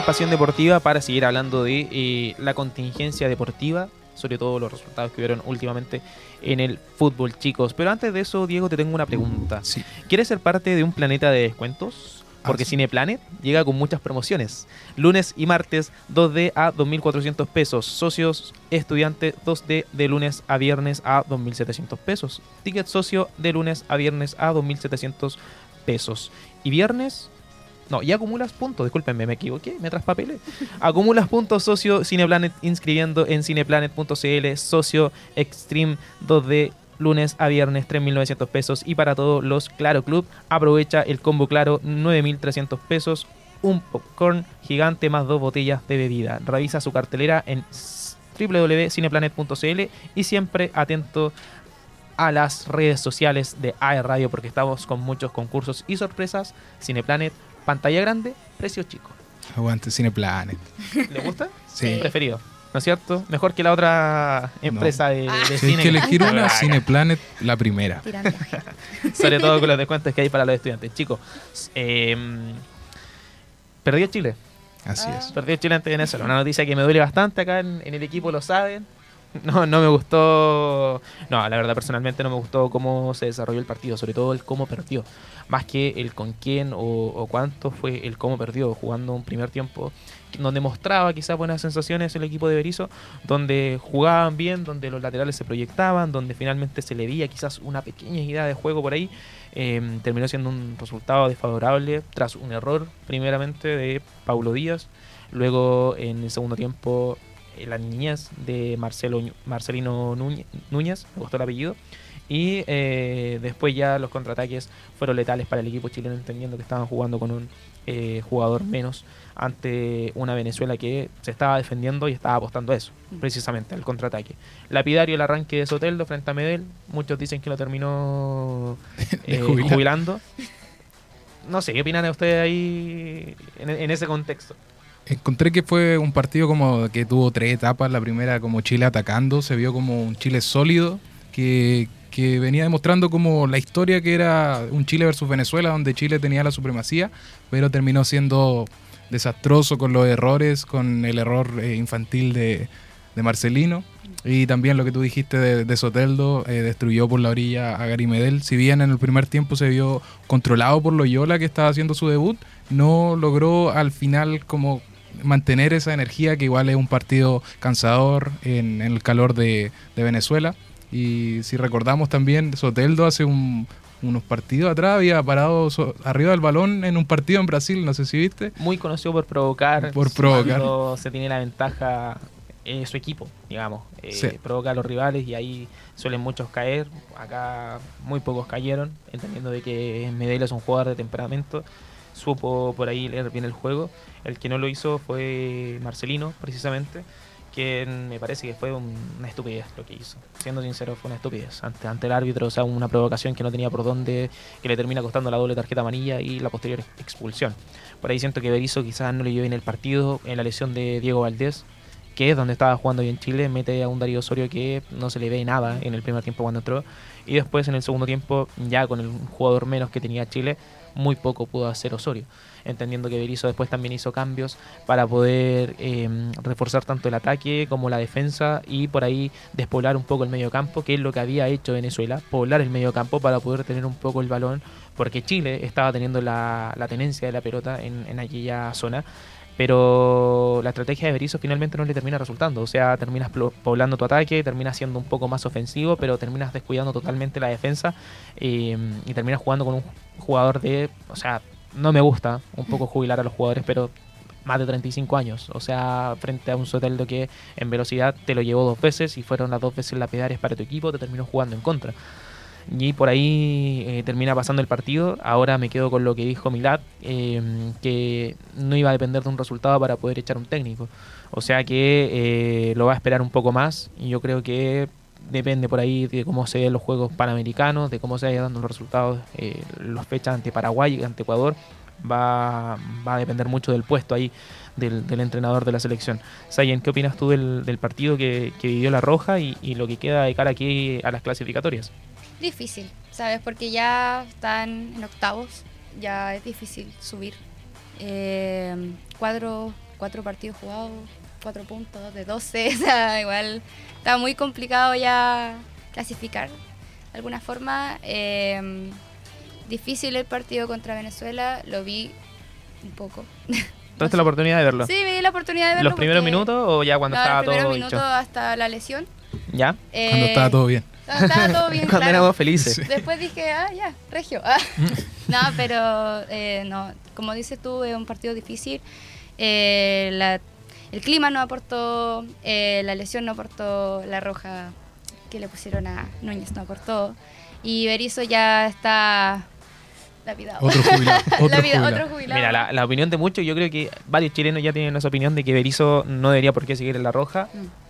Pasión Deportiva para seguir hablando de la contingencia deportiva, sobre todo los resultados que hubieron últimamente en el fútbol, chicos. Pero antes de eso, Diego, te tengo una pregunta. Sí. ¿Quieres ser parte de un planeta de descuentos? Porque sí. Cineplanet llega con muchas promociones. Lunes y martes 2D a 2.400 pesos. Socios estudiantes 2D de lunes a viernes a 2.700 pesos. Ticket socio de lunes a viernes a 2.700 pesos. Y viernes... No, y acumulas puntos, discúlpenme, me equivoqué, me traspapelé. Acumulas puntos socio Cineplanet inscribiendo en cineplanet.cl, socio Extreme 2D, lunes a viernes 3.900 pesos. Y para todos los Claro Club, aprovecha el combo Claro 9.300 pesos, un popcorn gigante más 2 botellas de bebida. Revisa su cartelera en www.cineplanet.cl y siempre atento a las redes sociales de AE Radio porque estamos con muchos concursos y sorpresas. Cineplanet, pantalla grande, precio chico. Aguante Cineplanet. ¿Le gusta? Sí. Preferido, ¿no es cierto? Mejor que la otra empresa de Si cine. hay que elegir una, Cineplanet, la primera. Sobre todo con los descuentos que hay para los estudiantes. Chicos, perdió Chile. Así es. Perdió Chile ante Venezuela. Una noticia que me duele bastante acá en el equipo, lo saben. No me gustó. No, la verdad, personalmente no me gustó cómo se desarrolló el partido, sobre todo el cómo perdió. Más que el con quién o cuánto, fue el cómo perdió, jugando un primer tiempo donde mostraba quizás buenas sensaciones el equipo de Berizzo, donde jugaban bien, donde los laterales se proyectaban, donde finalmente se le veía quizás una pequeña idea de juego por ahí. Terminó siendo un resultado desfavorable tras un error primeramente de Paulo Díaz, luego en el segundo tiempo la niñez de Marcelino Núñez, me gustó el apellido, y después ya los contraataques fueron letales para el equipo chileno, entendiendo que estaban jugando con un jugador menos ante una Venezuela que se estaba defendiendo y estaba apostando a eso, precisamente al contraataque. Lapidario el arranque de Soteldo frente a Medel, muchos dicen que lo terminó jubilando. No sé, ¿qué opinan ustedes ahí en ese contexto? Encontré que fue un partido como que tuvo 3 etapas. La primera como Chile atacando, se vio como un Chile sólido que venía demostrando como la historia que era un Chile versus Venezuela, donde Chile tenía la supremacía, pero terminó siendo desastroso con los errores, con el error infantil de Marcelino, y también lo que tú dijiste de Soteldo, destruyó por la orilla a Gary Medel. Si bien en el primer tiempo se vio controlado por Loyola, que estaba haciendo su debut, no logró al final como mantener esa energía, que igual es un partido cansador en el calor de Venezuela. Y si recordamos también, Soteldo hace unos partidos atrás había parado arriba del balón en un partido en Brasil, no sé si viste. Muy conocido por provocar. Cuando se tiene la ventaja su equipo, digamos. Sí. Provoca a los rivales y ahí suelen muchos caer. Acá muy pocos cayeron, entendiendo de que Medel es un jugador de temperamento. Supo por ahí leer bien el juego. El que no lo hizo fue Marcelino, precisamente, que me parece que fue una estupidez lo que hizo. Siendo sincero, fue una estupidez ante el árbitro, o sea, una provocación que no tenía por dónde, que le termina costando la doble tarjeta amarilla y la posterior expulsión. Por ahí siento que Berizzo quizás no le lleve en el partido, en la lesión de Diego Valdés, que es donde estaba jugando bien Chile, mete a un Darío Osorio que no se le ve nada en el primer tiempo cuando entró, y después en el segundo tiempo, ya con el jugador menos que tenía Chile, muy poco pudo hacer Osorio, entendiendo que Berizzo después también hizo cambios para poder reforzar tanto el ataque como la defensa y por ahí despoblar un poco el medio campo, que es lo que había hecho Venezuela, poblar el medio campo para poder tener un poco el balón, porque Chile estaba teniendo la tenencia de la pelota en aquella zona. Pero la estrategia de Berizzo finalmente no le termina resultando. O sea, terminas poblando tu ataque, terminas siendo un poco más ofensivo, pero terminas descuidando totalmente la defensa y terminas jugando con un jugador de... O sea, no me gusta un poco jubilar a los jugadores, pero más de 35 años. O sea, frente a un Soteldo que en velocidad te lo llevó 2 veces y fueron las 2 veces lapidarias para tu equipo, te terminó jugando en contra. Y por ahí termina pasando el partido. Ahora me quedo con lo que dijo Milad, que no iba a depender de un resultado para poder echar un técnico. O sea que lo va a esperar un poco más y yo creo que depende por ahí de cómo se den los Juegos Panamericanos, de cómo se vayan dando los resultados, las fechas ante Paraguay y ante Ecuador. Va a depender mucho del puesto ahí del entrenador de la selección. Sayen, ¿qué opinas tú del partido que vivió La Roja y lo que queda de cara aquí a las clasificatorias? Difícil, ¿sabes? Porque ya están en octavos, ya es difícil subir. Cuadro 4 partidos jugados, 4 puntos de 12, o sea, igual está muy complicado ya clasificar de alguna forma. Difícil el partido contra Venezuela, lo vi un poco. ¿Tuviste la oportunidad de verlo? Sí, me di la oportunidad de verlo. ¿Los primeros minutos o ya cuando estaba todo los primeros dicho? minutos hasta la lesión. ¿Ya? Cuando estaba todo bien. Estaba todo bien, Cuando claro. éramos felices. Después dije, ya, regio. No, pero no, como dices tú, es un partido difícil. El clima no aportó, la lesión no aportó, la roja que le pusieron a Núñez no aportó. Y Berizzo ya está lapidado. Otro jubilado. Otro jubilado. Mira, la opinión de muchos, yo creo que varios chilenos ya tienen esa opinión de que Berizzo no debería por qué seguir en la roja.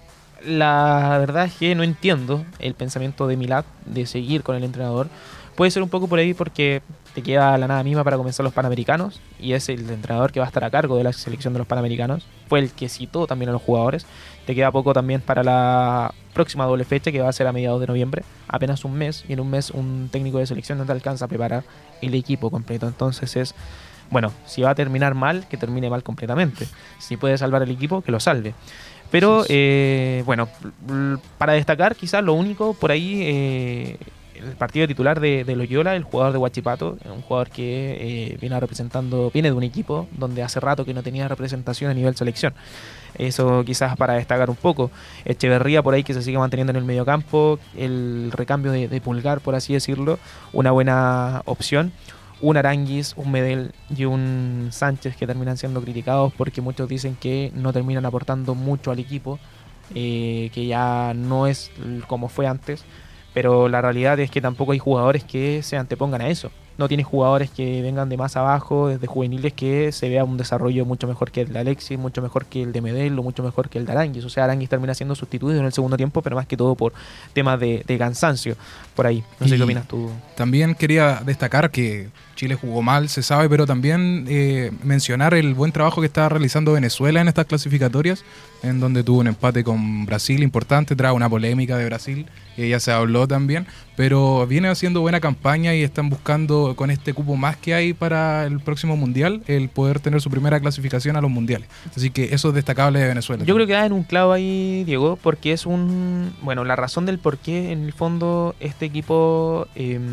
La verdad es que no entiendo el pensamiento de Milad de seguir con el entrenador. Puede ser un poco por ahí porque te queda la nada misma para comenzar los Panamericanos y es el entrenador que va a estar a cargo de la selección de los Panamericanos. Fue el que citó también a los jugadores. Te queda poco también para la próxima doble fecha que va a ser a mediados de noviembre. Apenas un mes, y en un mes un técnico de selección no te alcanza a preparar el equipo completo. Entonces bueno, si va a terminar mal, que termine mal completamente. Si puede salvar el equipo, que lo salve. Pero bueno, para destacar quizás lo único por ahí, el partido titular de Loyola, el jugador de Huachipato, un jugador que viene de un equipo donde hace rato que no tenía representación a nivel selección. Eso quizás para destacar un poco. Echeverría por ahí que se sigue manteniendo en el mediocampo, el recambio de Pulgar, por así decirlo, una buena opción. Un Aranguis, un Medel y un Sánchez que terminan siendo criticados porque muchos dicen que no terminan aportando mucho al equipo, que ya no es como fue antes, pero la realidad es que tampoco hay jugadores que se antepongan a eso. No tienes jugadores que vengan de más abajo, desde juveniles, que se vea un desarrollo mucho mejor que el de Alexis, mucho mejor que el de Medel o mucho mejor que el de Aranguis. O sea, Aranguis termina siendo sustituido en el segundo tiempo, pero más que todo por temas de cansancio por ahí. No sé qué opinas tú. También quería destacar que Chile jugó mal, se sabe, pero también mencionar el buen trabajo que está realizando Venezuela en estas clasificatorias, en donde tuvo un empate con Brasil importante, tras una polémica de Brasil, que ya se habló también, pero viene haciendo buena campaña y están buscando, con este cupo más que hay para el próximo Mundial, el poder tener su primera clasificación a los Mundiales. Así que eso es destacable de Venezuela. Yo creo que da en un clavo ahí, Diego, porque es bueno, la razón del por qué en el fondo este equipo,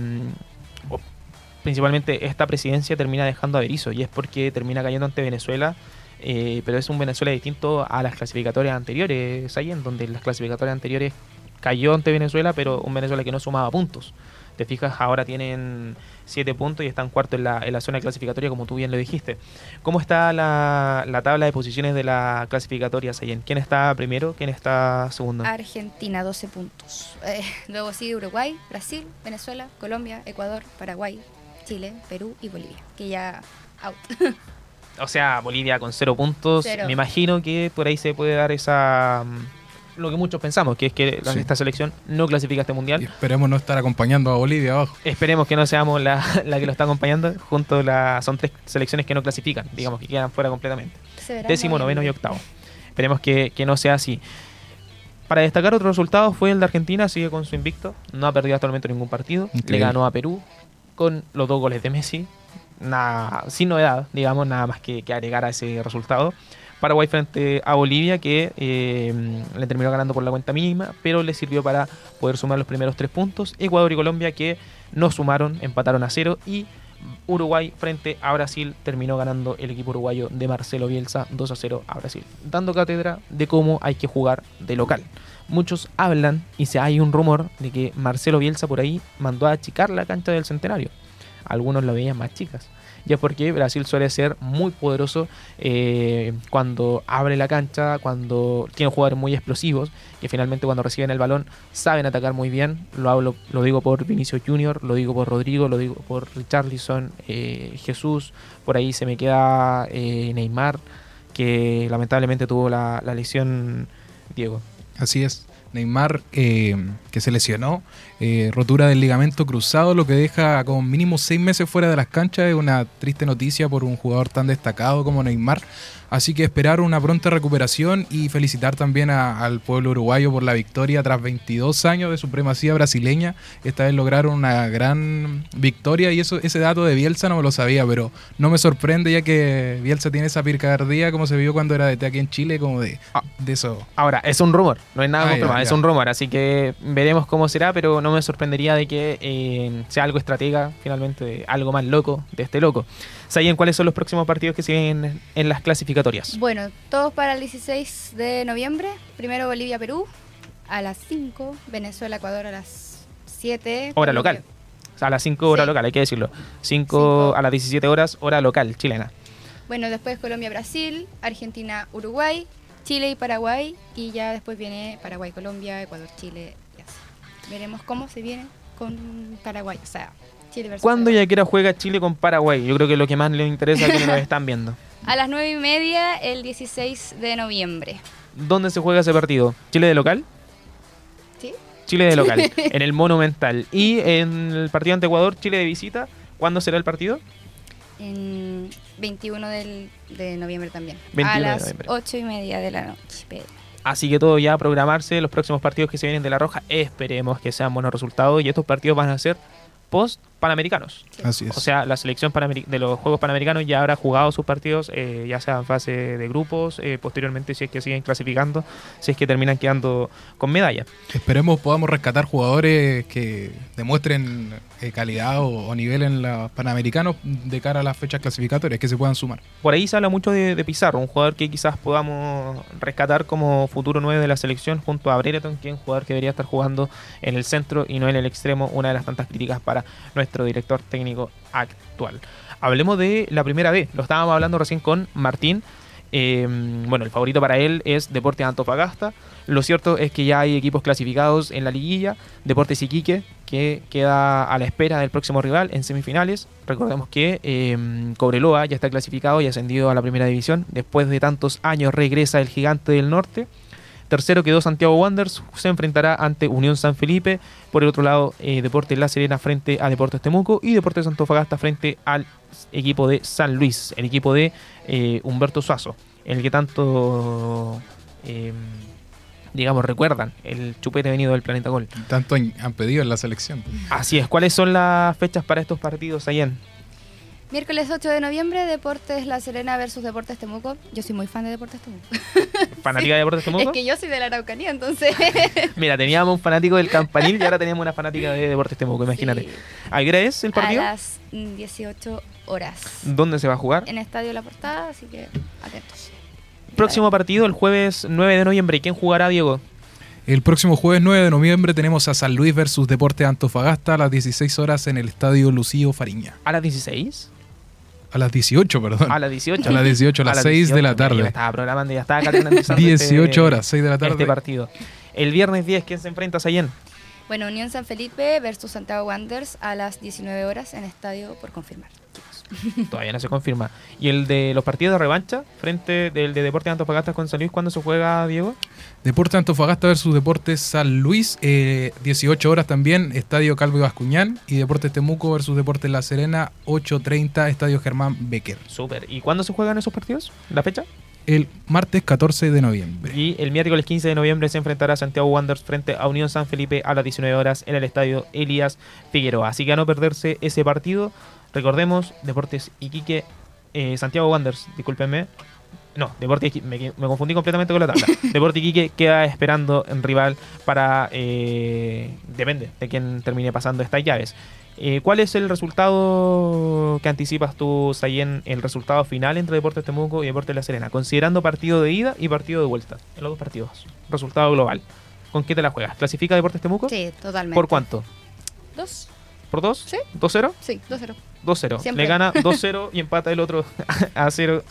principalmente esta presidencia, termina dejando a Berizzo, y es porque termina cayendo ante Venezuela, pero es un Venezuela distinto a las clasificatorias anteriores, ahí en donde las clasificatorias anteriores cayó ante Venezuela, pero un Venezuela que no sumaba puntos. Te fijas, ahora tienen 7 puntos y están cuarto en la zona clasificatoria, como tú bien lo dijiste. ¿Cómo está la tabla de posiciones de la clasificatoria, Sayen? ¿Quién está primero? ¿Quién está segundo? Argentina, 12 puntos. Luego sigue Uruguay, Brasil, Venezuela, Colombia, Ecuador, Paraguay, Chile, Perú y Bolivia, que ya out. O sea, Bolivia con 0 puntos. 0. Me imagino que por ahí se puede dar lo que muchos pensamos, que es que esta selección no clasifica a este mundial. Y esperemos no estar acompañando a Bolivia abajo. Esperemos que no seamos la que lo está acompañando. Son 3 selecciones que no clasifican, digamos, que quedan fuera completamente. 10º, 9º y 8º. Esperemos que no sea así. Para destacar otro resultado fue el de Argentina, sigue con su invicto, no ha perdido hasta el momento ningún partido. Increíble. Le ganó a Perú con los 2 goles de Messi. Nada, sin novedad, digamos, nada más que agregar a ese resultado. Paraguay frente a Bolivia, que le terminó ganando por la cuenta mínima, pero le sirvió para poder sumar los primeros 3 puntos. Ecuador y Colombia, que no sumaron, empataron a 0. Y Uruguay frente a Brasil, terminó ganando el equipo uruguayo de Marcelo Bielsa 2-0 a Brasil, dando cátedra de cómo hay que jugar de local. Muchos hablan, y hay un rumor de que Marcelo Bielsa por ahí mandó a achicar la cancha del Centenario. Algunos lo veían más chicas. Ya porque Brasil suele ser muy poderoso cuando abre la cancha, cuando tiene jugadores muy explosivos, que finalmente cuando reciben el balón saben atacar muy bien. Lo digo por Vinicius Junior, lo digo por Rodrigo, lo digo por Richarlison, Jesús, por ahí se me queda Neymar, que lamentablemente tuvo la lesión, Diego. Así es. Neymar, que se lesionó, rotura del ligamento cruzado, lo que deja como mínimo 6 meses fuera de las canchas. Es una triste noticia por un jugador tan destacado como Neymar. Así que esperar una pronta recuperación y felicitar también al pueblo uruguayo por la victoria tras 22 años de supremacía brasileña. Esta vez lograron una gran victoria y ese dato de Bielsa no me lo sabía, pero no me sorprende ya que Bielsa tiene esa picardía como se vio cuando era DT aquí en Chile, como de eso. Ahora, es un rumor, no es nada confirmado, ya. Es un rumor, así que veremos cómo será, pero no me sorprendería de que sea algo estratega, finalmente, de algo más loco de este loco. Sayen, ¿cuáles son los próximos partidos que siguen en las clasificatorias? Bueno, todos para el 16 de noviembre. Primero Bolivia-Perú a las 5, Venezuela-Ecuador a las 7. Hora local. O sea, a las 5 horas Sí. local, hay que decirlo. 5 a las 17 horas, hora local, chilena. Bueno, después Colombia-Brasil, Argentina-Uruguay, Chile y Paraguay. Y ya después viene Paraguay-Colombia, Ecuador-Chile y así. Veremos cómo se viene con Paraguay. O sea, Chile versus ¿Cuándo Paraguay. ya quiera juega Chile con Paraguay? Yo creo que lo que más les interesa a quienes nos están viendo. A las 9:30 el 16 de noviembre. ¿Dónde se juega ese partido? ¿Chile de local? ¿Sí? Chile de local, en el Monumental. Y en el partido ante Ecuador, Chile de visita. ¿Cuándo será el partido? En 21 de noviembre también. 21 a de las noviembre. 8:30 de la noche. Así que todo ya a programarse. Los próximos partidos que se vienen de La Roja, esperemos que sean buenos resultados. Y estos partidos van a ser post-panamericanos. Así es. O sea, la selección de los Juegos Panamericanos ya habrá jugado sus partidos, ya sea en fase de grupos, posteriormente si es que siguen clasificando, si es que terminan quedando con medalla. Esperemos podamos rescatar jugadores que demuestren calidad o nivel en los Panamericanos de cara a las fechas clasificatorias, que se puedan sumar. Por ahí se habla mucho de Pizarro, un jugador que quizás podamos rescatar como futuro 9 de la selección junto a Brereton, que es un jugador que debería estar jugando en el centro y no en el extremo, una de las tantas críticas para nuestro director técnico actual. Hablemos de la primera B, lo estábamos hablando recién con Martín. Bueno, el favorito para él es Deportes Antofagasta. Lo cierto es que ya hay equipos clasificados en la liguilla. Deportes Iquique, que queda a la espera del próximo rival en semifinales. Recordemos que Cobreloa ya está clasificado y ascendido a la primera división. Después de tantos años regresa el Gigante del Norte. Tercero quedó Santiago Wanderers, se enfrentará ante Unión San Felipe. Por el otro lado, Deportes La Serena frente a Deportes Temuco y Deportes Antofagasta frente al equipo de San Luis, el equipo de Humberto Suazo, el que tanto, digamos, recuerdan, el chupete venido del Planeta Gol. Tanto han pedido en la selección. Así es, ¿cuáles son las fechas para estos partidos, Sayen? Miércoles 8 de noviembre, Deportes La Serena versus Deportes Temuco. Yo soy muy fan de Deportes Temuco. ¿Fanática de Deportes Temuco? Es que yo soy de la Araucanía, entonces... Mira, teníamos un fanático del Campanil y ahora tenemos una fanática de Deportes Temuco, imagínate. Sí. ¿A qué hora es el partido? A las 18 horas. ¿Dónde se va a jugar? En Estadio La Portada, así que atentos. Próximo partido el jueves 9 de noviembre. ¿Quién jugará, Diego? El próximo jueves 9 de noviembre tenemos a San Luis versus Deportes Antofagasta a las 16 horas en el Estadio Lucío Fariña. ¿A las 16? A las 18, perdón. A las 18. A las 18, a las 6 de la 18, tarde. Yo me estaba programando y ya estaba calentando 18 horas, 6 de la tarde. este partido. El viernes 10, ¿quién se enfrenta, Sayen? Bueno, Unión San Felipe versus Santiago Wanderers a las 19 horas en Estadio por confirmar. Todavía no se confirma. ¿Y el de los partidos de revancha frente del de Deportes Antofagasta con San Luis, cuándo se juega, Diego? Deportes Antofagasta versus Deportes San Luis, 18 horas también, Estadio Calvo y Bascuñán. Y Deportes Temuco versus Deportes La Serena, 8:30, Estadio Germán Becker. Súper. ¿Y cuándo se juegan esos partidos? ¿La fecha? El martes 14 de noviembre. Y el miércoles 15 de noviembre se enfrentará Santiago Wanderers frente a Unión San Felipe a las 19 horas en el Estadio Elías Figueroa. Así que a no perderse ese partido. Recordemos, Deportes Iquique, Santiago Wanderers, discúlpenme. No, Deportes Iquique, me confundí completamente con la tabla. Deportes Iquique queda esperando en rival para... depende de quién termine pasando estas llaves. ¿Cuál es el resultado que anticipas tú, Sayen, el resultado final entre Deportes Temuco y Deportes La Serena? Considerando partido de ida y partido de vuelta, en los dos partidos. Resultado global. ¿Con qué te la juegas? ¿Clasifica Deportes Temuco? Sí, totalmente. ¿Por cuánto? 2. ¿Por 2? Sí. ¿2-0? Sí, 2-0. 2-0. Siempre. Le gana 2-0 y empata el otro a 0.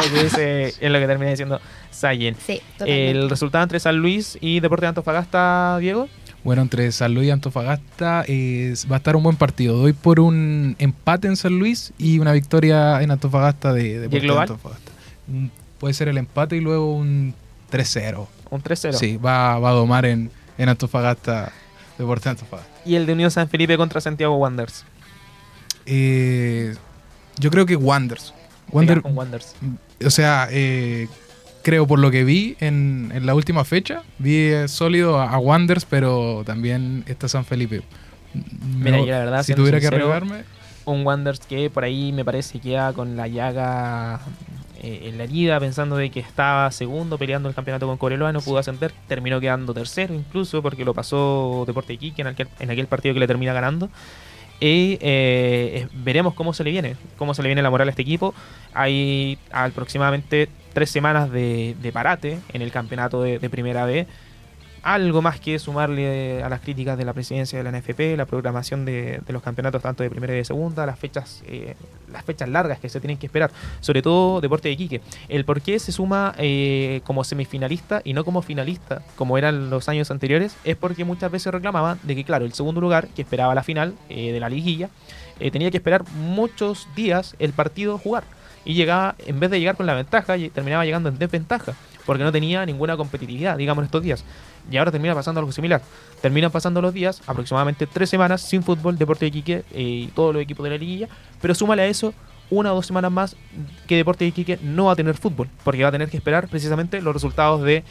Es lo que termina diciendo Sayen. Sí, totalmente. El resultado entre San Luis y Deportes Antofagasta, Diego. Bueno, entre San Luis y Antofagasta va a estar un buen partido. Doy por un empate en San Luis y una victoria en Antofagasta de Deportes global? Antofagasta. Puede ser el empate y luego un 3-0. Un 3-0. Sí, va a domar en Antofagasta, Deportes Antofagasta. Y el de Unión San Felipe contra Santiago Wanderers. Yo creo que Wanderers. Wander, con Wanderers. o sea, creo por lo que vi en la última fecha, vi sólido a Wanderers, pero también está San Felipe. Mira, yo la verdad, si siendo tuviera que sincero, arriesgarme, un Wanderers que por ahí me parece queda con la llaga en la herida, pensando de que estaba segundo peleando el campeonato con Cobreloa, no pudo ascender, terminó quedando tercero incluso porque lo pasó Deportes Iquique en aquel partido que le termina ganando. Y veremos cómo se le viene la moral a este equipo. Hay aproximadamente 3 semanas de parate en el campeonato de Primera B. Algo más que sumarle a las críticas de la presidencia de la NFP, la programación de los campeonatos tanto de primera y de segunda, las fechas largas que se tienen que esperar, sobre todo Deportes de Iquique. El por qué se suma como semifinalista y no como finalista, como eran los años anteriores, es porque muchas veces reclamaban de que, claro, el segundo lugar, que esperaba la final de la liguilla, tenía que esperar muchos días el partido jugar. Y llegaba, en vez de llegar con la ventaja, terminaba llegando en desventaja, porque no tenía ninguna competitividad, digamos, en estos días. Y ahora termina pasando algo similar. Terminan pasando los días, aproximadamente 3 semanas sin fútbol, Deportes de Iquique y todos los equipos de la liguilla, pero súmale a eso 1 o 2 semanas más que Deportes de Iquique no va a tener fútbol, porque va a tener que esperar precisamente los resultados de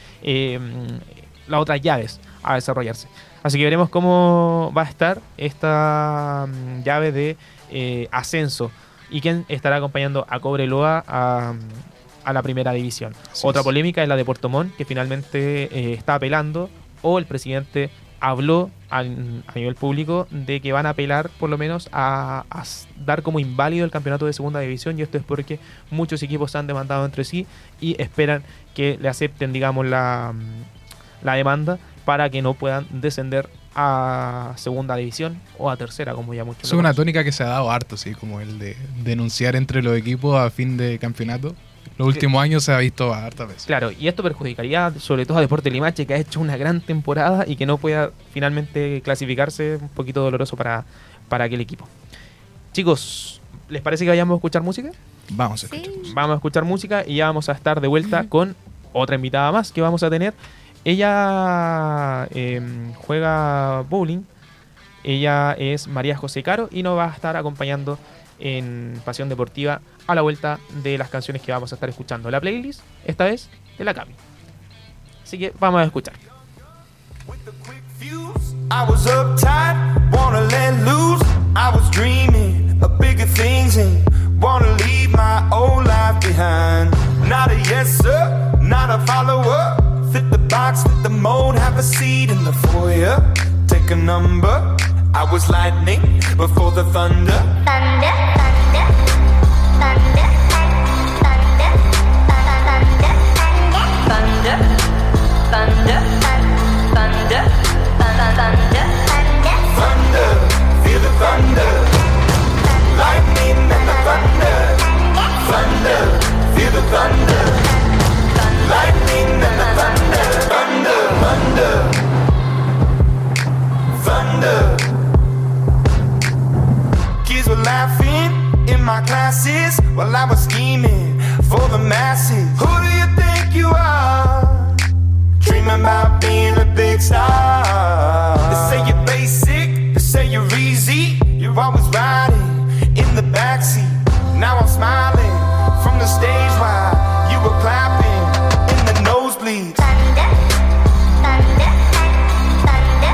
las otras llaves a desarrollarse. Así que veremos cómo va a estar esta llave de ascenso y quién estará acompañando a Cobreloa a la primera división. Sí, Otra sí. polémica es la de Puerto Montt, que finalmente está apelando, o el presidente habló a nivel público de que van a apelar por lo menos a dar como inválido el campeonato de segunda división, y esto es porque muchos equipos se han demandado entre sí y esperan que le acepten, digamos, la demanda para que no puedan descender a segunda división o a tercera, como ya muchos es una tónica que se ha dado harto, sí, como el de denunciar entre los equipos a fin de campeonato. Los últimos años se ha visto hartas veces. Claro, y esto perjudicaría sobre todo a Deportes Limache, que ha hecho una gran temporada y que no pueda finalmente clasificarse, un poquito doloroso para aquel equipo. Chicos, ¿les parece que vayamos a escuchar música? Vamos a Sí. escuchar. Vamos a escuchar música y ya vamos a estar de vuelta con otra invitada más que vamos a tener. Ella juega bowling. Ella es María José Caro y nos va a estar acompañando en Pasión Deportiva a la vuelta de las canciones que vamos a estar escuchando. La playlist, esta vez, de la Cami. Así que vamos a escuchar. With the quick fuse, I was uptight, wanna let loose. I was dreaming of bigger things and wanna leave my old life behind. Not a yes sir, not a follower. Fit the box, fit the mold, have a seat in the foyer. Take a number. I was lightning before the thunder. Thunder, thunder, thunder, thunder, thunder, thunder, thunder, thunder, Thunder, feel the thunder. Lightning and the thunder. Thunder, feel the thunder. Lightning and the thunder. Thunder, thunder. Thunder. Kids were laughing in my classes while I was scheming for the masses. Who do you think you are? Dreaming about being a big star. They say you're basic, they say you're easy. You're always riding in the backseat. Now I'm smiling from the stage while you were clapping in the nosebleeds. thunder, thunder, thunder,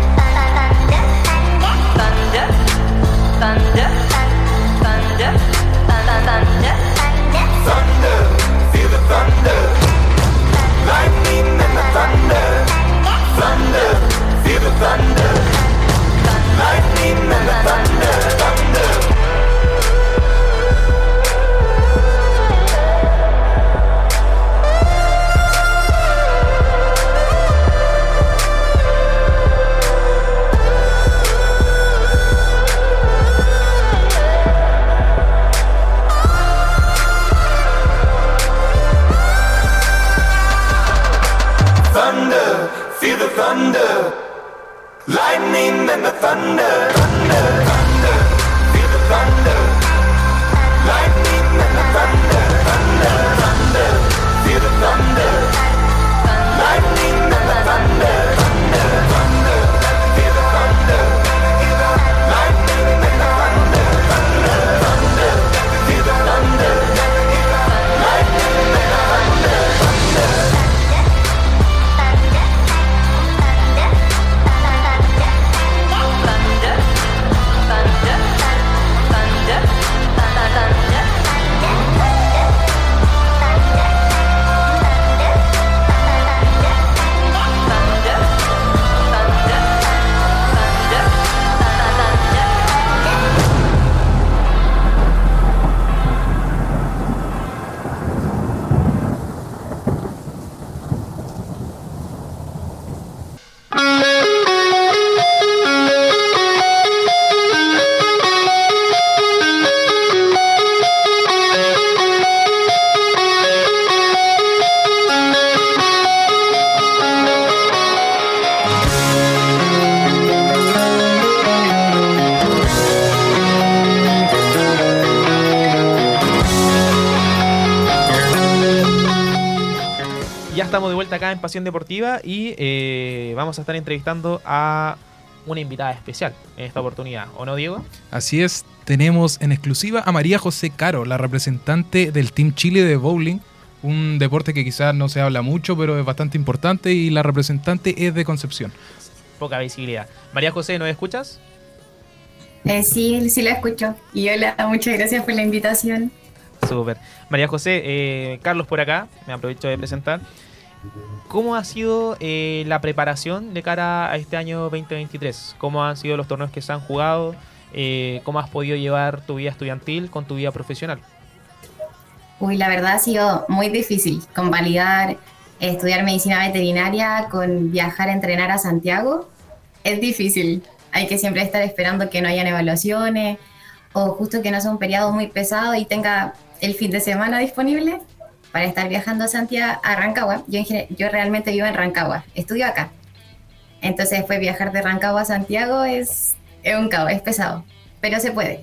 thunder, Thunder, thunder, thunder, thunder, Thunder, feel the thunder. Lightning and the thunder. Thunder, feel the thunder. Lightning and the thunder. Thunder. Thunder, feel the thunder. Lightning and the thunder. Thunder, thunder, feel the thunder. Lightning and the thunder. Thunder, thunder, feel the thunder. Lightning and the thunder. Thunder, thunder, feel the thunder. Lightning and the thunder. Thunder, thunder, feel the thunder. estamos de vuelta acá en Pasión Deportiva y vamos a estar entrevistando a una invitada especial en esta oportunidad, ¿o no, Diego? Así es, tenemos en exclusiva a María José Caro, la representante del Team Chile de bowling, un deporte que quizás no se habla mucho, pero es bastante importante, y la representante es de Concepción. Poca visibilidad. María José, ¿nos escuchas? Sí, la escucho. Y hola, muchas gracias por la invitación. Súper. María José, Carlos por acá, me aprovecho de presentar. ¿Cómo ha sido la preparación de cara a este año 2023? ¿Cómo han sido los torneos que se han jugado? ¿Cómo has podido llevar tu vida estudiantil con tu vida profesional? Uy, la verdad ha sido muy difícil convalidar, estudiar medicina veterinaria con viajar a entrenar a Santiago. Es difícil. Hay que siempre estar esperando que no hayan evaluaciones o justo que no sea un periodo muy pesado y tenga el fin de semana disponible para estar viajando a Santiago, a Rancagua. Yo realmente vivo en Rancagua, estudio acá. Entonces después viajar de Rancagua a Santiago es un caos, es pesado, pero se puede.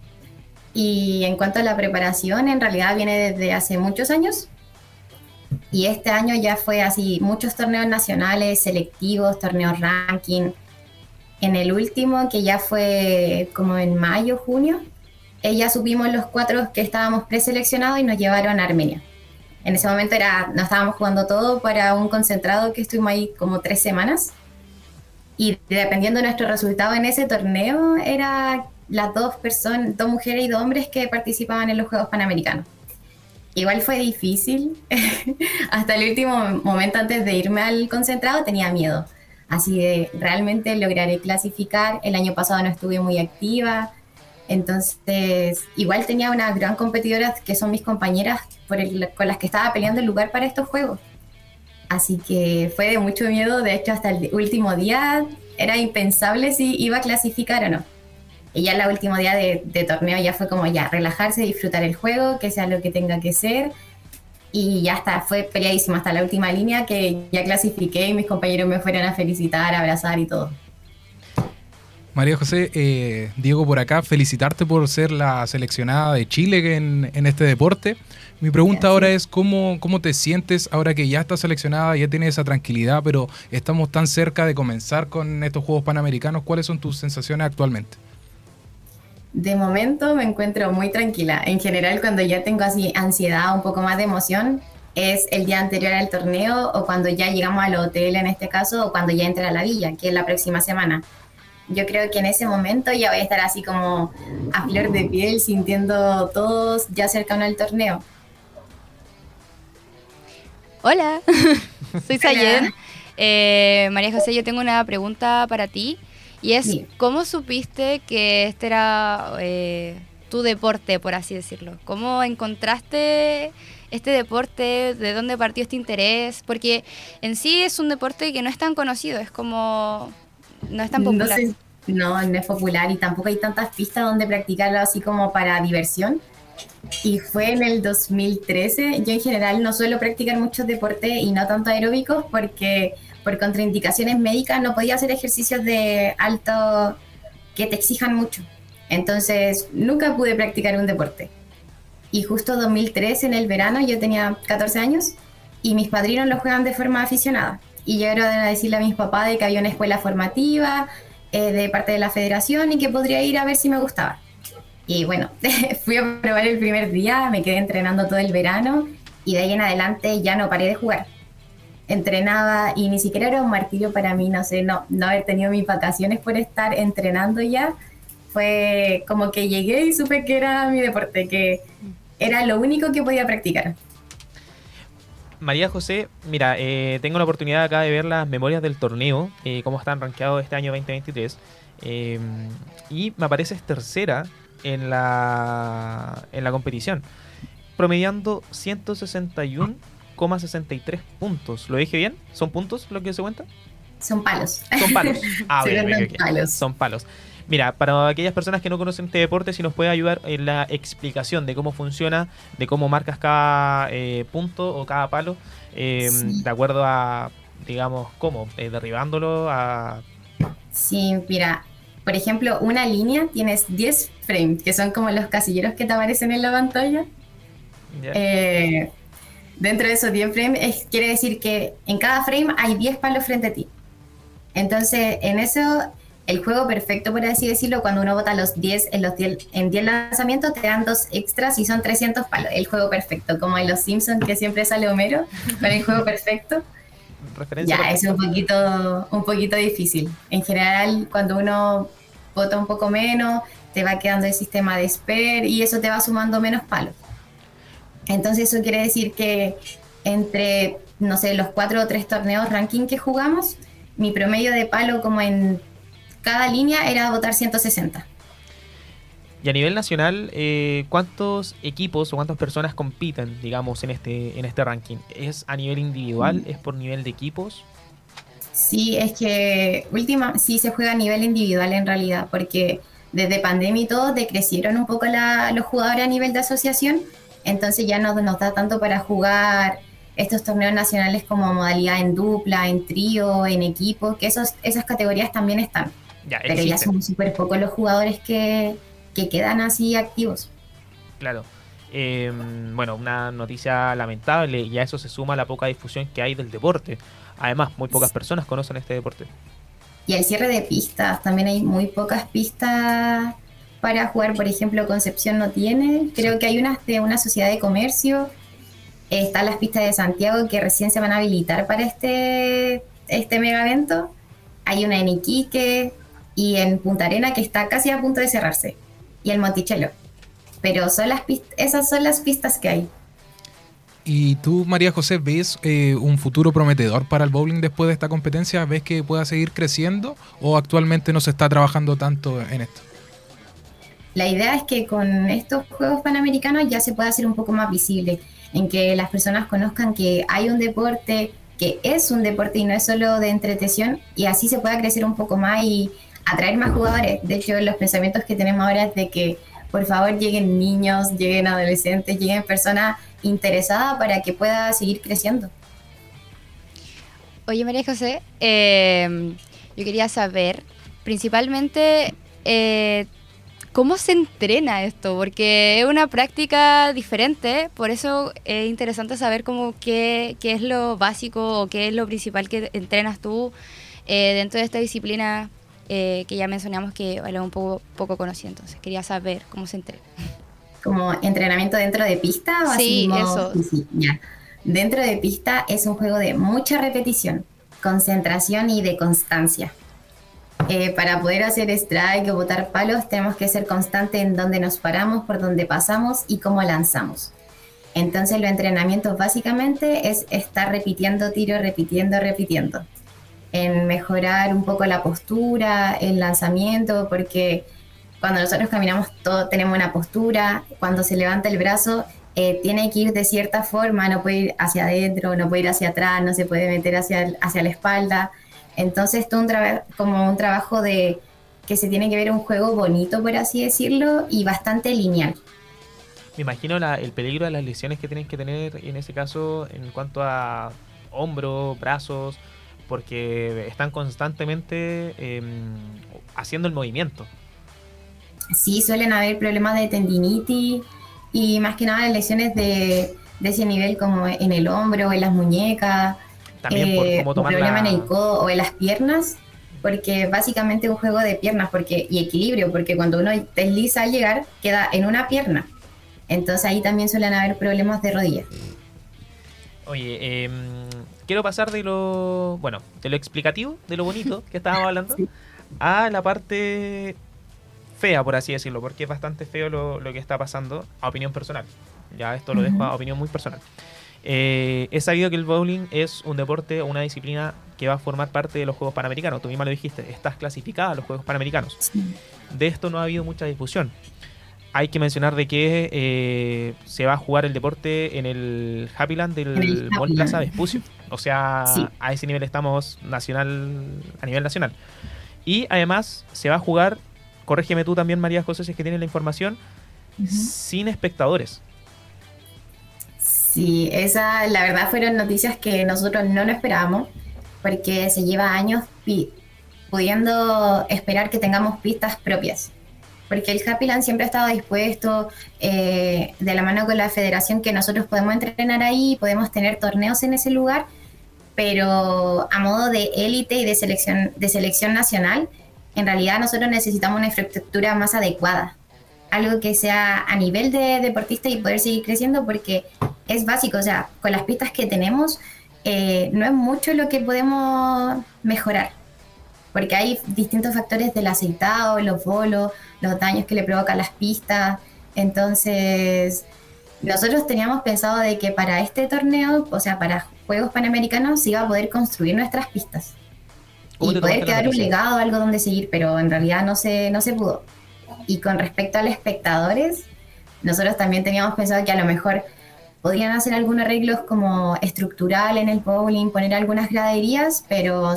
Y en cuanto a la preparación, en realidad viene desde hace muchos años. Y este año ya fue así, muchos torneos nacionales, selectivos, torneos ranking. En el último, que ya fue como en mayo, junio, ya subimos los 4 que estábamos preseleccionados y nos llevaron a Armenia. En ese momento nos estábamos jugando todo para un concentrado que estuvimos ahí como 3 semanas. Y dependiendo de nuestro resultado en ese torneo, era las 2 mujeres y 2 hombres que participaban en los Juegos Panamericanos. Igual fue difícil. Hasta el último momento antes de irme al concentrado tenía miedo. Así de, ¿realmente lograré clasificar? El año pasado no estuve muy activa. Entonces, igual tenía unas gran competidoras que son mis compañeras con las que estaba peleando el lugar para estos juegos. Así que fue de mucho miedo. De hecho, hasta el último día era impensable si iba a clasificar o no. Y ya el último día de torneo ya fue como ya relajarse, disfrutar el juego, que sea lo que tenga que ser. Y ya está, fue peleadísimo hasta la última línea que ya clasifiqué y mis compañeros me fueron a felicitar, a abrazar y todo. María José, Diego por acá, felicitarte por ser la seleccionada de Chile en este deporte. Mi pregunta ahora es, ¿cómo te sientes ahora que ya estás seleccionada, ya tienes esa tranquilidad, pero estamos tan cerca de comenzar con estos Juegos Panamericanos? ¿Cuáles son tus sensaciones actualmente? De momento me encuentro muy tranquila. En general, cuando ya tengo así ansiedad, un poco más de emoción, es el día anterior al torneo o cuando ya llegamos al hotel en este caso o cuando ya entra a la villa, que es la próxima semana. Yo creo que en ese momento ya voy a estar así como a flor de piel, sintiendo todos ya cercano al torneo. Hola, soy Sayen. María José, yo tengo una pregunta para ti. Y es, sí. ¿Cómo supiste que este era tu deporte, por así decirlo? ¿Cómo encontraste este deporte? ¿De dónde partió este interés? Porque en sí es un deporte que no es tan conocido, es como... no es tan popular. No es popular y tampoco hay tantas pistas donde practicarlo así como para diversión. Y fue en el 2013. Yo en general no suelo practicar muchos deportes y no tanto aeróbicos porque... por contraindicaciones médicas no podía hacer ejercicios de alto que te exijan mucho. Entonces nunca pude practicar un deporte. Y justo 2013 en el verano, yo tenía 14 años y mis padrinos lo juegan de forma aficionada. Y llegaron a decirle a mis papás de que había una escuela formativa de parte de la federación y que podría ir a ver si me gustaba. Y bueno, fui a probar el primer día, me quedé entrenando todo el verano y de ahí en adelante ya no paré de jugar. Entrenaba y ni siquiera era un martirio para mí, no haber tenido mis vacaciones por estar entrenando ya. Fue como que llegué y supe que era mi deporte, que era lo único que podía practicar. María José, mira, tengo la oportunidad acá de ver las memorias del torneo, cómo están rankeados este año 2023, y me apareces tercera en la competición, promediando 161,63 puntos. ¿Lo dije bien? ¿Son puntos lo que se cuenta? Son palos. Son palos. Ah, bien. Palos. Son palos. Mira, para aquellas personas que no conocen este deporte, si nos puede ayudar en la explicación de cómo funciona, de cómo marcas cada punto o cada palo, sí. De acuerdo a, digamos, cómo, derribándolo a... Sí, mira, por ejemplo, una línea tienes 10 frames, que son como los casilleros que te aparecen en la pantalla. Yeah. dentro de esos 10 frames quiere decir que en cada frame hay 10 palos frente a ti. Entonces, en eso, el juego perfecto, por así decirlo, cuando uno bota los 10 en 10 lanzamientos, te dan 2 extras y son 300 palos. El juego perfecto, como en Los Simpsons, que siempre sale Homero con el juego perfecto. Referencia Ya, es un poquito difícil. En general, cuando uno bota un poco menos, te va quedando el sistema de spare y eso te va sumando menos palos. Entonces, eso quiere decir que entre, no sé, los 4 o 3 torneos ranking que jugamos, mi promedio de palo como en cada línea era botar 160. Y a nivel nacional, ¿cuántos equipos o cuántas personas compiten, digamos, en este ranking? ¿Es a nivel individual? ¿Es por nivel de equipos? Sí, es que sí se juega a nivel individual en realidad, porque desde pandemia y todo decrecieron un poco los jugadores a nivel de asociación, entonces ya no nos da tanto para jugar estos torneos nacionales como modalidad en dupla, en trío, en equipo, que esas categorías también están. Ya, pero ya existen. son súper pocos los jugadores que quedan así activos. Claro. Bueno, una noticia lamentable, y a eso se suma la poca difusión que hay del deporte. Además, muy pocas personas conocen este deporte. Y el cierre de pistas, también hay muy pocas pistas para jugar. Por ejemplo, Concepción no tiene, creo que hay unas de una sociedad de comercio. Están las pistas de Santiago que recién se van a habilitar para este mega evento. Hay una en Iquique y en Punta Arena que está casi a punto de cerrarse. Y el Monticello. Pero esas son las pistas que hay. ¿Y tú, María José, ves un futuro prometedor para el bowling después de esta competencia? ¿Ves que pueda seguir creciendo o actualmente no se está trabajando tanto en esto? La idea es que con estos Juegos Panamericanos ya se pueda hacer un poco más visible, en que las personas conozcan que hay un deporte, que es un deporte y no es solo de entretención, y así se pueda crecer un poco más y atraer más jugadores. De hecho, los pensamientos que tenemos ahora es de que por favor lleguen niños, lleguen adolescentes, lleguen personas interesadas para que pueda seguir creciendo. Oye, María José, yo quería saber, principalmente, ¿cómo se entrena esto? Porque es una práctica diferente, por eso es interesante saber qué es lo básico o qué es lo principal que entrenas tú dentro de esta disciplina que ya mencionamos que es un poco conocida. Entonces, quería saber cómo se entrena. ¿Como entrenamiento dentro de pista? ¿O sí, así eso. Sí, ya. Dentro de pista es un juego de mucha repetición, concentración y de constancia. Para poder hacer strike o botar palos tenemos que ser constantes en dónde nos paramos, por dónde pasamos y cómo lanzamos. Entonces los entrenamientos básicamente es estar repitiendo tiro, repitiendo. En mejorar un poco la postura, el lanzamiento, porque cuando nosotros caminamos todos tenemos una postura, cuando se levanta el brazo tiene que ir de cierta forma, no puede ir hacia adentro, no puede ir hacia atrás, no se puede meter hacia la espalda. Entonces todo como un trabajo de que se tiene que ver un juego bonito, por así decirlo, y bastante lineal. Me imagino el peligro de las lesiones que tienen que tener en ese caso en cuanto a hombros, brazos, porque están constantemente haciendo el movimiento. Sí, suelen haber problemas de tendinitis y más que nada lesiones de ese nivel como en el hombro o en las muñecas. También por cómo tomar problema en el codo o en las piernas, porque básicamente es un juego de piernas y equilibrio, porque cuando uno desliza al llegar queda en una pierna. Entonces ahí también suelen haber problemas de rodillas. Oye, quiero pasar de lo explicativo, de lo bonito que estábamos hablando, sí, a la parte fea, por así decirlo, porque es bastante feo lo que está pasando, a opinión personal. Ya esto lo dejo a opinión muy personal. Es sabido que el bowling es un deporte o una disciplina que va a formar parte de los Juegos Panamericanos. Tú misma lo dijiste, estás clasificada a los Juegos Panamericanos. Sí. De esto no ha habido mucha discusión. Hay que mencionar de que se va a jugar el deporte en el Happyland del Mall Plaza Vespucio. O sea, sí, a ese nivel estamos a nivel nacional. Y además se va a jugar, corrígeme tú también, María José, si es que tienes la información, sin espectadores. Sí, la verdad fueron noticias que nosotros no lo esperábamos, porque se lleva años pudiendo esperar que tengamos pistas propias. porque el Happyland siempre ha estado dispuesto, de la mano con la federación, que nosotros podemos entrenar ahí, podemos tener torneos en ese lugar, pero a modo de élite y de selección nacional, en realidad nosotros necesitamos una infraestructura más adecuada, algo que sea a nivel de deportista y poder seguir creciendo, porque es básico, o sea, con las pistas que tenemos, no es mucho lo que podemos mejorar, porque hay distintos factores del aceitado, los bolos, los daños que le provocan las pistas. Entonces, nosotros teníamos pensado de que para este torneo, o sea, para Juegos Panamericanos, se iba a poder construir nuestras pistas y poder quedar un legado, algo donde seguir, pero en realidad no se pudo. Y con respecto a los espectadores, nosotros también teníamos pensado que a lo mejor podrían hacer algunos arreglos como estructural en el bowling, poner algunas graderías, pero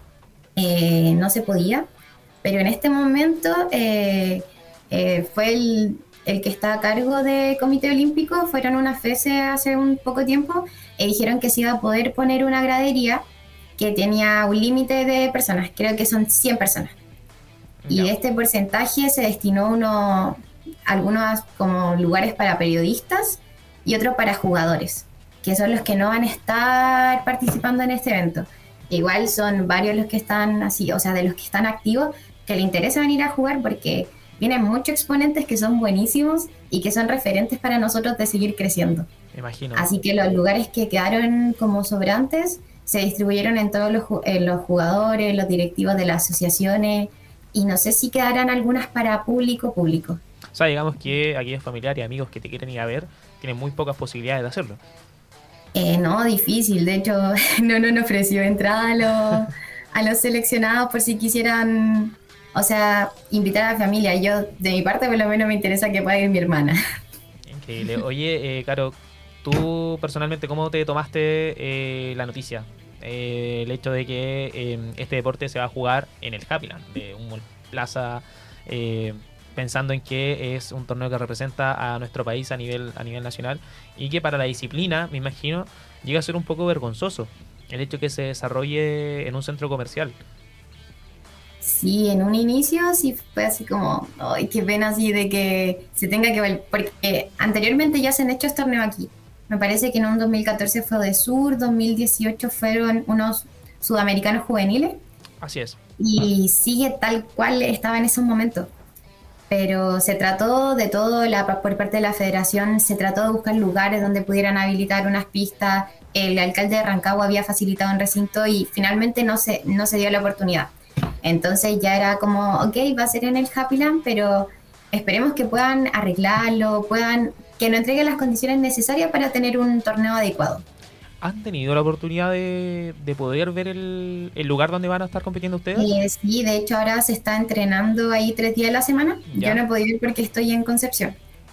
no se podía. Pero en este momento fue el que está a cargo del Comité Olímpico, fueron a una FESE hace un poco tiempo y dijeron que se iba a poder poner una gradería que tenía un límite de personas, creo que son 100 personas. Y de este porcentaje se destinó algunos como lugares para periodistas y otro para jugadores, que son los que no van a estar participando en este evento. Igual son varios los que están así, o sea, de los que están activos, que le interesa venir a jugar porque vienen muchos exponentes que son buenísimos y que son referentes para nosotros de seguir creciendo. Me imagino. Así que los lugares que quedaron como sobrantes se distribuyeron en todos los jugadores, los directivos de las asociaciones, y no sé si quedarán algunas para público. O sea, digamos que aquellos familiares y amigos que te quieren ir a ver tienen muy pocas posibilidades de hacerlo. No, difícil. De hecho, no nos ofreció entrada a los seleccionados por si quisieran, o sea, invitar a la familia. Yo, de mi parte, por lo menos me interesa que pueda ir mi hermana. Increíble. Oye, Caro, tú personalmente, ¿cómo te tomaste la noticia? El hecho de que este deporte se va a jugar en el Happyland, de un plaza, pensando en que es un torneo que representa a nuestro país a nivel nacional, y que para la disciplina, me imagino, llega a ser un poco vergonzoso el hecho que se desarrolle en un centro comercial. Sí, en un inicio sí fue así como, ay, qué pena así de que se tenga que ver, porque anteriormente ya se han hecho torneos aquí. Me parece que en un 2014 fue de Sur, 2018 fueron unos sudamericanos juveniles. Así es. Y sigue tal cual estaba en esos momentos. Pero se trató de todo, por parte de la federación, se trató de buscar lugares donde pudieran habilitar unas pistas. El alcalde de Rancagua había facilitado un recinto y finalmente no se dio la oportunidad. Entonces ya era como, ok, va a ser en el Happyland, pero esperemos que puedan arreglarlo, que nos entreguen las condiciones necesarias para tener un torneo adecuado. ¿Han tenido la oportunidad de poder ver el lugar donde van a estar compitiendo ustedes? Sí, de hecho ahora se está entrenando ahí 3 días a la semana. Ya. Yo no he podido ir porque estoy en Concepción.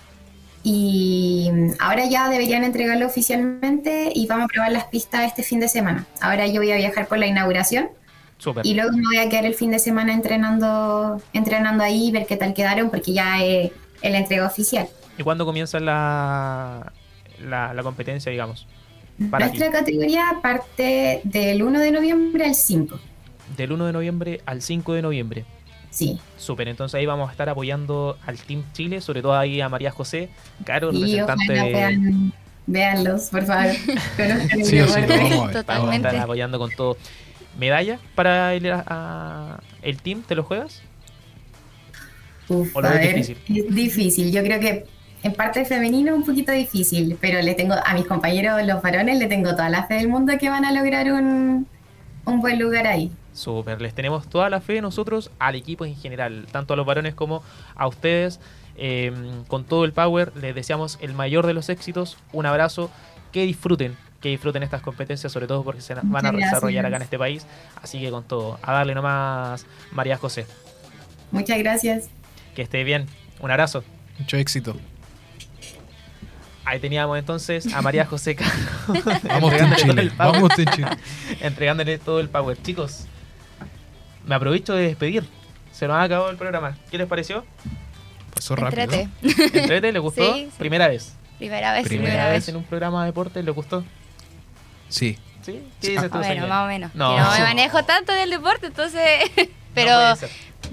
Y ahora ya deberían entregarlo oficialmente y vamos a probar las pistas este fin de semana. Ahora yo voy a viajar por la inauguración. Súper. Y luego me voy a quedar el fin de semana entrenando ahí, ver qué tal quedaron, porque ya es la entrega oficial. ¿Y cuándo comienza la competencia, digamos? Nuestra categoría parte del 1 de noviembre al 5. Del 1 de noviembre al 5 de noviembre. Sí. Súper, entonces ahí vamos a estar apoyando al Team Chile, sobre todo ahí a María José, Caro, Y representante ojalá véanlos, por favor. Conozcan el Sí o sí, deporte. lo vamos a ver. Vamos a Totalmente. estar apoyando con todo. ¿Medalla para el team? ¿Te lo juegas? Uf, ¿O lo a ves ver, difícil? es difícil. Yo creo que en parte femenino un poquito difícil, pero le tengo a mis compañeros, los varones, le tengo toda la fe del mundo que van a lograr un buen lugar ahí. Súper, les tenemos toda la fe nosotros al equipo en general, tanto a los varones como a ustedes, con todo el power. Les deseamos el mayor de los éxitos, un abrazo, que disfruten estas competencias, sobre todo porque se van a Muchas gracias. desarrollar acá en este país, así que con todo, a darle nomás, María José, Muchas gracias. que esté bien, un abrazo. Mucho éxito. Ahí teníamos entonces a María José Caro. Vamos Team entregándole todo Chile. el power. Vamos Team Chile. Entregándole todo el power. Chicos, me aprovecho de despedir. Se nos ha acabado el programa. ¿Qué les pareció? Pasó rápido. Entrete. ¿Entrete? ¿Les gustó? Sí, sí. Primera vez. Primera vez. Primera vez en un programa de deporte. ¿Les gustó? Sí. ¿Sí? ¿Qué dices tú, Bueno, señor? más o menos. No. Que no me manejo tanto del deporte, entonces... Pero No puede ser.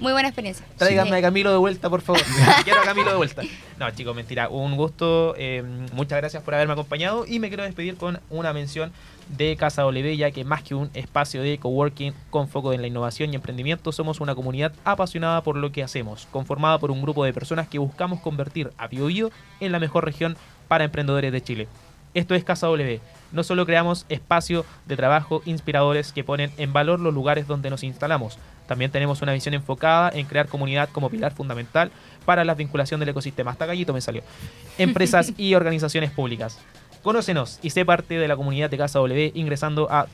muy buena experiencia. Tráiganme Sí. a Camilo de vuelta, por favor. Quiero a Camilo de vuelta. No, chicos, mentira. Un gusto. Muchas gracias por haberme acompañado. Y me quiero despedir con una mención de Casa W, ya que más que un espacio de coworking con foco en la innovación y emprendimiento, somos una comunidad apasionada por lo que hacemos, conformada por un grupo de personas que buscamos convertir a Biobío en la mejor región para emprendedores de Chile. Esto es Casa W. No solo creamos espacios de trabajo inspiradores que ponen en valor los lugares donde nos instalamos, también tenemos una visión enfocada en crear comunidad como pilar fundamental para la vinculación del ecosistema. Hasta gallito me salió. Empresas y organizaciones públicas. Conócenos y sé parte de la comunidad de Casa W ingresando a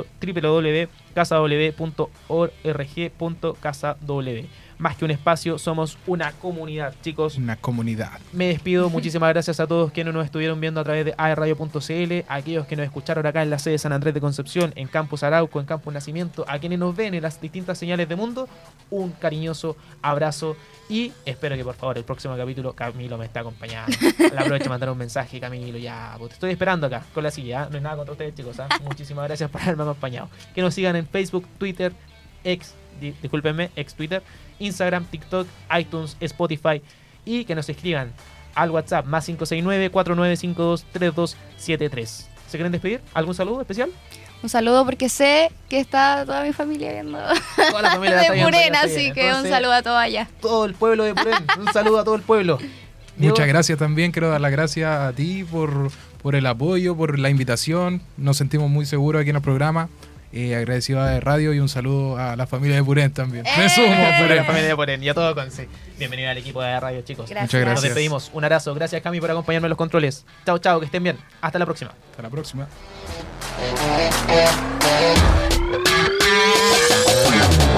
www.casaw.org.casaw. Más que un espacio, somos una comunidad, chicos. Una comunidad. Me despido, muchísimas gracias a todos quienes nos estuvieron viendo a través de aerradio.cl, a aquellos que nos escucharon acá en la sede de San Andrés de Concepción, en Campus Arauco, en Campus Nacimiento, a quienes nos ven en las distintas señales de mundo, un cariñoso abrazo y espero que por favor el próximo capítulo Camilo me esté acompañando. Le aprovecho de mandar un mensaje, Camilo, ya, pues, te estoy esperando acá con la silla, no es nada contra ustedes, chicos, muchísimas gracias por haberme acompañado. Que nos sigan en Facebook, Twitter, ex Twitter, Instagram, TikTok, iTunes, Spotify y que nos escriban al WhatsApp más 569-4952-3273. ¿Se quieren despedir? ¿Algún saludo especial? Un saludo porque sé que está toda mi familia viendo Toda la familia la está de viendo, Purén, ya se así viene. que un Entonces, saludo a todos allá. todo el pueblo de Purén, un saludo a todo el pueblo. Diego. Muchas gracias también. Quiero dar las gracias a ti por el apoyo, por la invitación. Nos sentimos muy seguros aquí en el programa. Agradecido a Radio y un saludo a la familia de Purén también. Me sumo a Por la Purén. familia de Purén y a todo con C. Bienvenido al equipo de radio, chicos. Gracias. Muchas gracias. Nos despedimos. Un abrazo. Gracias, Cami, por acompañarme en los controles. Chao, chao, que estén bien. Hasta la próxima. Hasta la próxima.